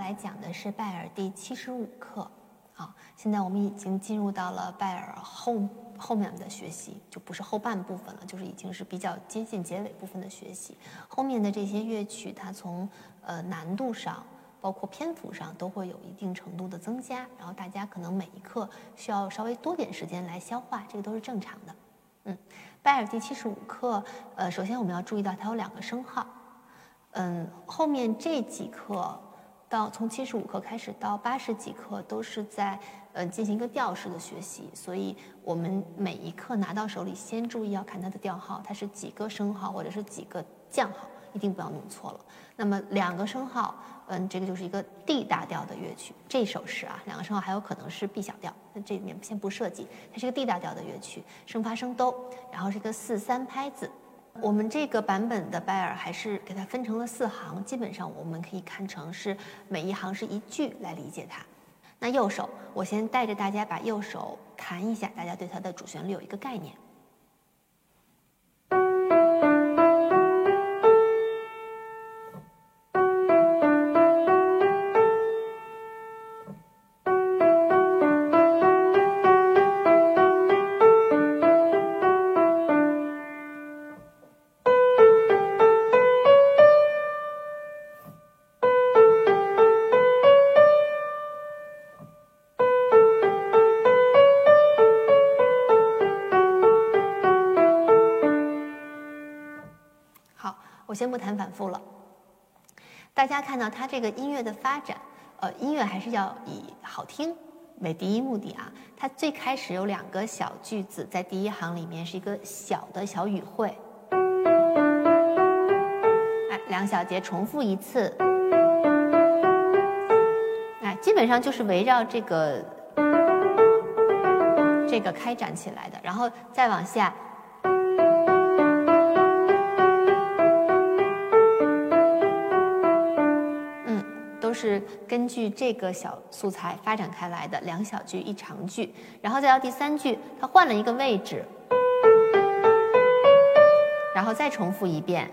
来讲的是拜耳第75课。好，现在我们已经进入到了拜耳后面的学习，就不是后半部分了，就是已经是比较接近结尾部分的学习。后面的这些乐曲，它从难度上，包括篇幅上，都会有一定程度的增加。然后大家可能每一课需要稍微多点时间来消化，这个都是正常的。拜耳第75课，首先我们要注意到它有2个升号。后面这几课从75课开始到80几课都是在进行一个调式的学习，所以我们每一课拿到手里先注意要看它的调号，它是几个升号或者是几个降号，一定不要弄错了。那么2个升号，这个就是一个 D 大调的乐曲，这首是啊，2个升号还有可能是 B 小调，那这里面先不涉及，它是一个 D 大调的乐曲，升发升哆，然后是一个4/3拍子。我们这个版本的拜耳还是给它分成了4行，基本上我们可以看成是每一行是一句来理解它。那右手，我先带着大家把右手弹一下，大家对它的主旋律有一个概念。我先不谈反复了。大家看到它这个音乐的发展，音乐还是要以好听为第一目的啊。它最开始有2个小句子，在第1行里面是一个小的小语汇，2小节重复1次，基本上就是围绕这个开展起来的，然后再往下。都是根据这个小素材发展开来的，2小句1长句，然后再到第3句，它换了一个位置，然后再重复1遍，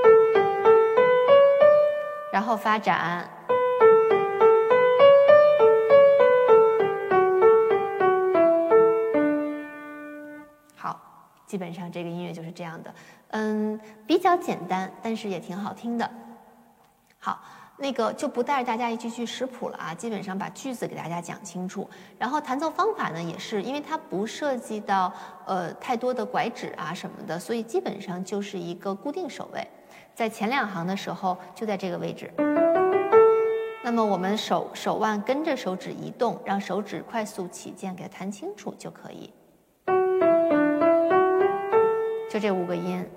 然后发展。好，基本上这个音乐就是这样的，比较简单，但是也挺好听的。好。那个就不带着大家一句句识谱了啊，基本上把句子给大家讲清楚。然后弹奏方法呢，也是因为它不涉及到太多的拐指啊什么的，所以基本上就是一个固定手位，在前2行的时候就在这个位置。那么我们手腕跟着手指移动，让手指快速起键，给它弹清楚就可以。就这5个音。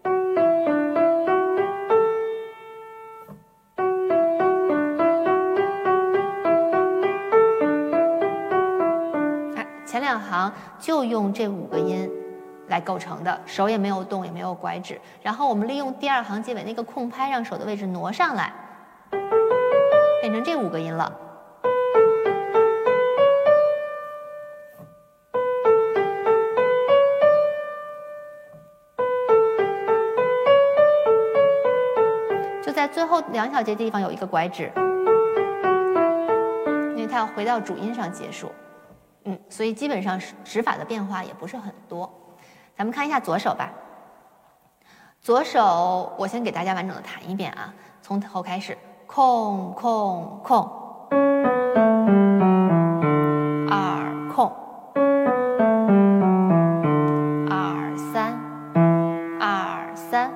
前2行就用这5个音来构成的，手也没有动，也没有拐指。然后我们利用第2行结尾那个空拍，让手的位置挪上来，变成这5个音了。就在最后2小节地方有一个拐指，因为它要回到主音上结束。所以基本上指法的变化也不是很多。咱们看一下左手吧。左手我先给大家完整的弹一遍啊，从头开始，空空空，2空，2 3 2 3。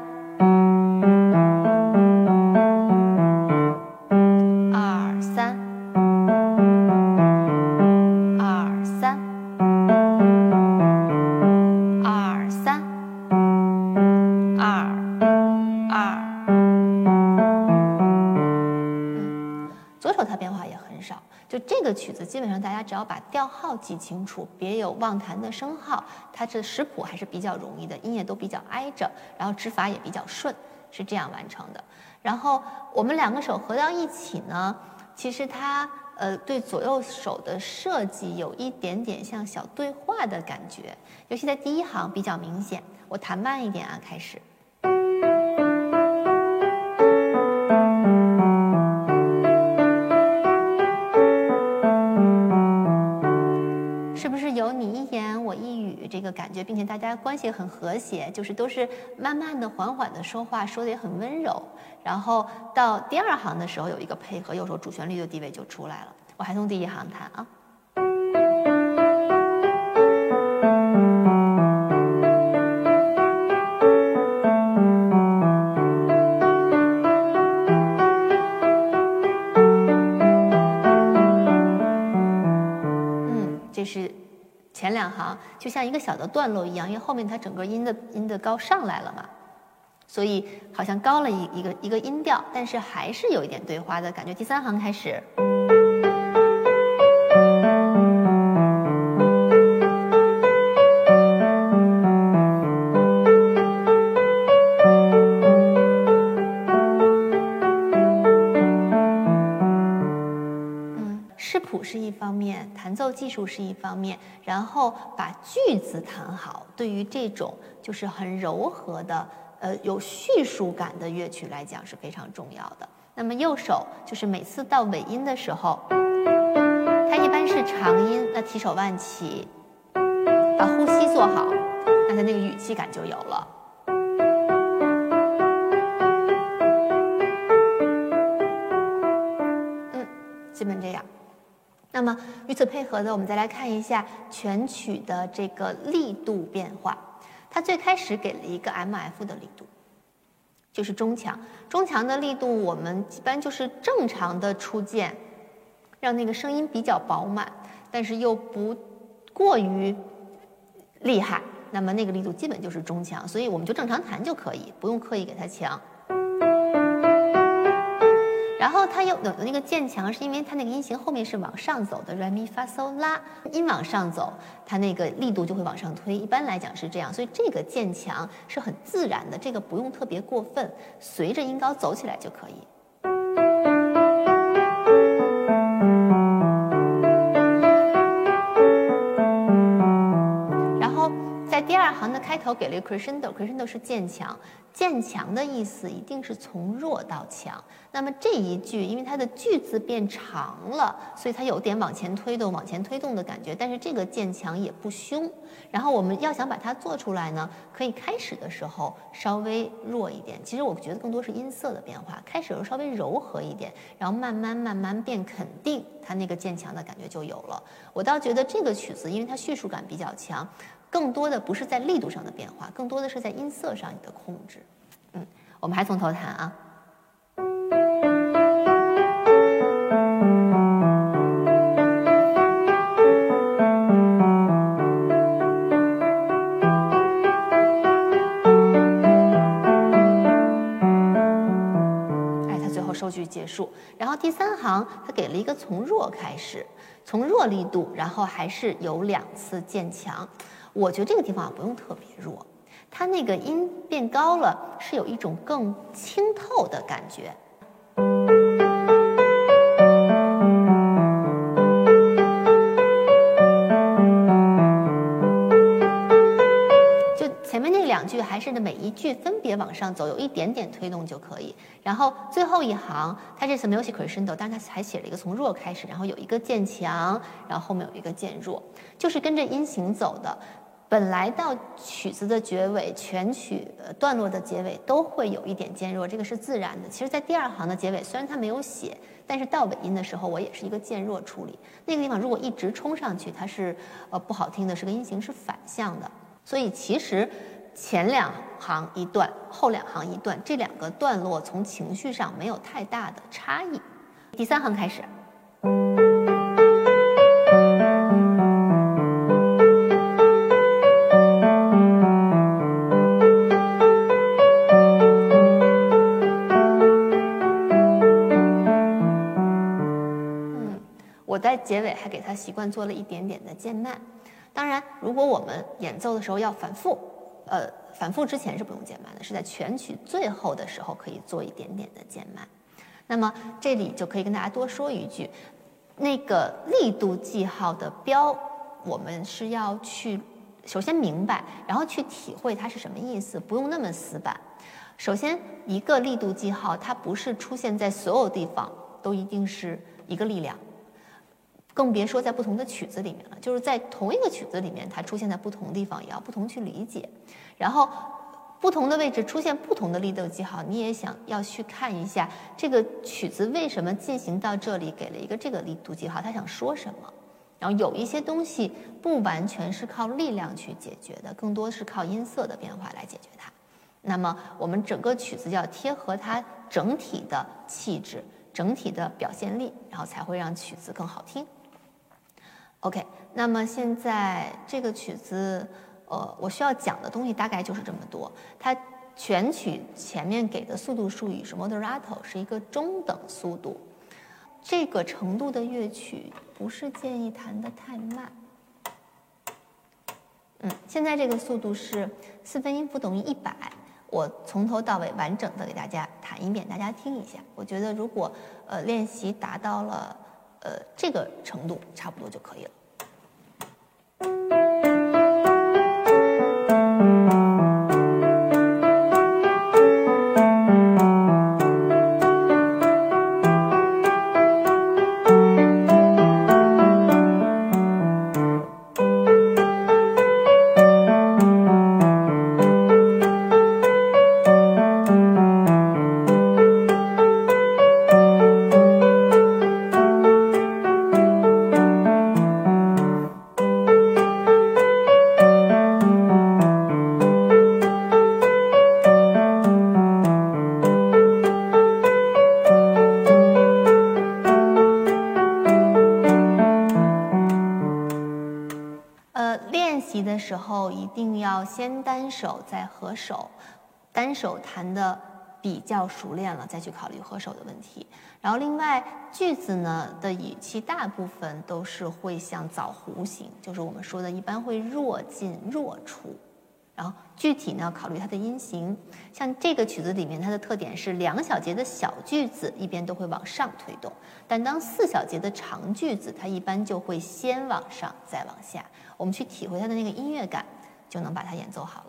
就这个曲子，基本上大家只要把调号记清楚，别有忘弹的升号，它这识谱还是比较容易的，音也都比较挨着，然后指法也比较顺，是这样完成的。然后我们2个手合到一起呢，其实它对左右手的设计有一点点像小对话的感觉，尤其在第1行比较明显。我弹慢一点啊，开始。 这个感觉，并且大家关系很和谐，就是都是慢慢的、缓缓的说话，说的也很温柔。然后到第2行的时候有一个配合，有时候主旋律的地位就出来了。我还从第1行弹啊。这是前2行，就像一个小的段落一样，因为后面它整个音的高上来了嘛，所以好像高了一个音调，但是还是有一点对花的感觉。第3行开始。视谱是一方面，弹奏技术是一方面，然后把句子弹好，对于这种就是很柔和的有叙述感的乐曲来讲是非常重要的。那么右手就是每次到尾音的时候，它一般是长音，那提手腕起，把呼吸做好，那它那个语气感就有了。基本这样。那么与此配合的，我们再来看一下全曲的这个力度变化。它最开始给了一个 MF 的力度，就是中强。中强的力度我们一般就是正常的出键，让那个声音比较饱满，但是又不过于厉害。那么那个力度基本就是中强，所以我们就正常弹就可以，不用刻意给它强。然后它有那个渐强，是因为它那个音型后面是往上走的 ，re mi fa sol la， 音往上走，它那个力度就会往上推。一般来讲是这样，所以这个渐强是很自然的，这个不用特别过分，随着音高走起来就可以。然后在第2行的开头给了一个 crescendo 是渐强。渐强的意思一定是从弱到强。那么这一句，因为它的句子变长了，所以它有点往前推动的感觉。但是这个渐强也不凶。然后我们要想把它做出来呢，可以开始的时候稍微弱一点。其实我觉得更多是音色的变化，开始的时候稍微柔和一点，然后慢慢变肯定，它那个渐强的感觉就有了。我倒觉得这个曲子，因为它叙述感比较强。更多的不是在力度上的变化，更多的是在音色上你的控制。我们还从头弹啊。它最后收句结束。然后第3行，它给了一个从弱开始，从弱力度，然后还是有2次渐强。我觉得这个地方不用特别弱，它那个音变高了，是有一种更清透的感觉。就前面那2句还是每一句分别往上走，有一点点推动就可以。然后最后一行，它这次没有写 crescendo， 但是它还写了一个从弱开始，然后有一个渐强，然后后面有一个渐弱，就是跟着音型走的。本来到曲子的结尾，全曲段落的结尾都会有一点渐弱，这个是自然的。其实在第2行的结尾，虽然它没有写，但是到尾音的时候，我也是一个渐弱处理。那个地方如果一直冲上去，它是不好听的，是个音型是反向的。所以其实前2行一段，后2行一段，这2个段落从情绪上没有太大的差异。第3行开始。我在结尾还给它习惯做了一点点的渐慢。当然，如果我们演奏的时候要反复，反复之前是不用渐慢的，是在全曲最后的时候可以做一点点的渐慢。那么这里就可以跟大家多说一句，那个力度记号的标，我们是要去首先明白，然后去体会它是什么意思，不用那么死板。首先，一个力度记号，它不是出现在所有地方都一定是一个力量。 更别说在不同的曲子里面了。就是在同一个曲子里面，它出现在不同地方，也要不同去理解。然后不同的位置出现不同的力度记号，你也要去看一下这个曲子为什么进行到这里给了一个这个力度记号，他想说什么。然后有一些东西不完全是靠力量去解决的，更多是靠音色的变化来解决它。那么我们整个曲子要贴合它整体的气质、整体的表现力，然后才会让曲子更好听。OK， 那么现在这个曲子，我需要讲的东西大概就是这么多。它全曲前面给的速度术语是 moderato， 是一个中等速度。这个程度的乐曲不是建议弹得太慢。现在这个速度是4分音符等于100。我从头到尾完整的给大家弹一遍，大家听一下。我觉得如果练习达到了这个程度，差不多就可以了。练习的时候一定要先单手再合手，单手弹的比较熟练了，再去考虑合手的问题。然后另外句子呢的语气大部分都是会像枣弧形，就是我们说的一般会弱进弱出。然后具体呢考虑它的音型，像这个曲子里面它的特点是2小节的小句子一边都会往上推动，但当4小节的长句子它一般就会先往上再往下。我们去体会它的那个音乐感，就能把它演奏好了。